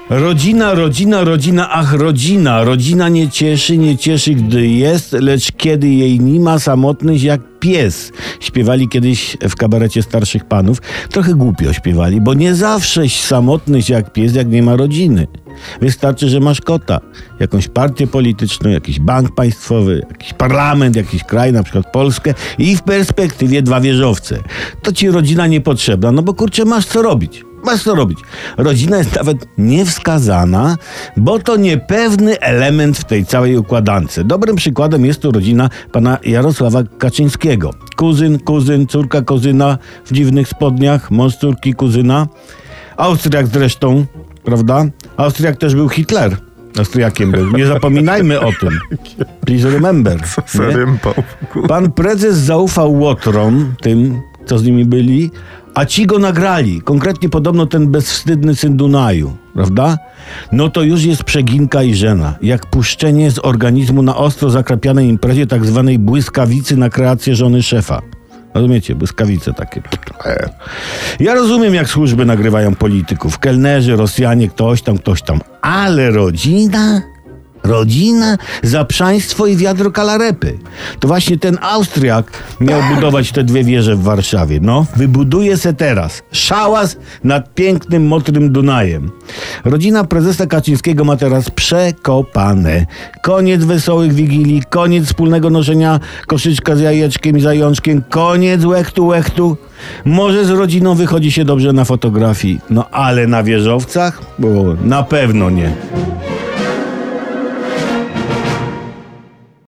Rodzina, rodzina, rodzina, ach rodzina. Rodzina nie cieszy, gdy jest, lecz kiedy jej nie ma, samotność jak pies. Śpiewali kiedyś w kabarecie starszych panów. Trochę głupio śpiewali, bo nie zawsze samotność jak pies, jak nie ma rodziny. Wystarczy, że masz kota, jakąś partię polityczną, jakiś bank państwowy, jakiś parlament, jakiś kraj, na przykład Polskę i w perspektywie 2 wieżowce. To ci rodzina niepotrzebna, no bo kurczę, masz co robić. Rodzina jest nawet niewskazana, bo to niepewny element w tej całej układance. Dobrym przykładem jest tu rodzina pana Jarosława Kaczyńskiego. Kuzyn, córka kuzyna w dziwnych spodniach, mąż córki kuzyna. Austriak zresztą, prawda? Austriak też był Hitler. Austriakiem był. Nie zapominajmy o tym. Please remember. Pan prezes zaufał łotrom, tym, co z nimi byli, a ci go nagrali. Konkretnie podobno ten bezwstydny syn Dunaju, prawda? No to już jest przeginka i żena. Jak puszczenie z organizmu na ostro zakrapianej imprezie tak zwanej błyskawicy na kreację żony szefa. Rozumiecie? Błyskawice takie. Ja rozumiem, jak służby nagrywają polityków. Kelnerzy, Rosjanie, ktoś tam. Ale rodzina zaprzaństwo i wiadro kalarepy. To właśnie ten Austriak miał budować te 2 wieże w Warszawie. No, wybuduje se teraz szałas nad pięknym, mokrym Dunajem. Rodzina prezesa Kaczyńskiego ma teraz przekopane. Koniec wesołych wigilii, koniec wspólnego noszenia koszyczka z jajeczkiem i zajączkiem, koniec łechtu. Może z rodziną wychodzi się dobrze na fotografii, no ale na wieżowcach? Bo na pewno nie.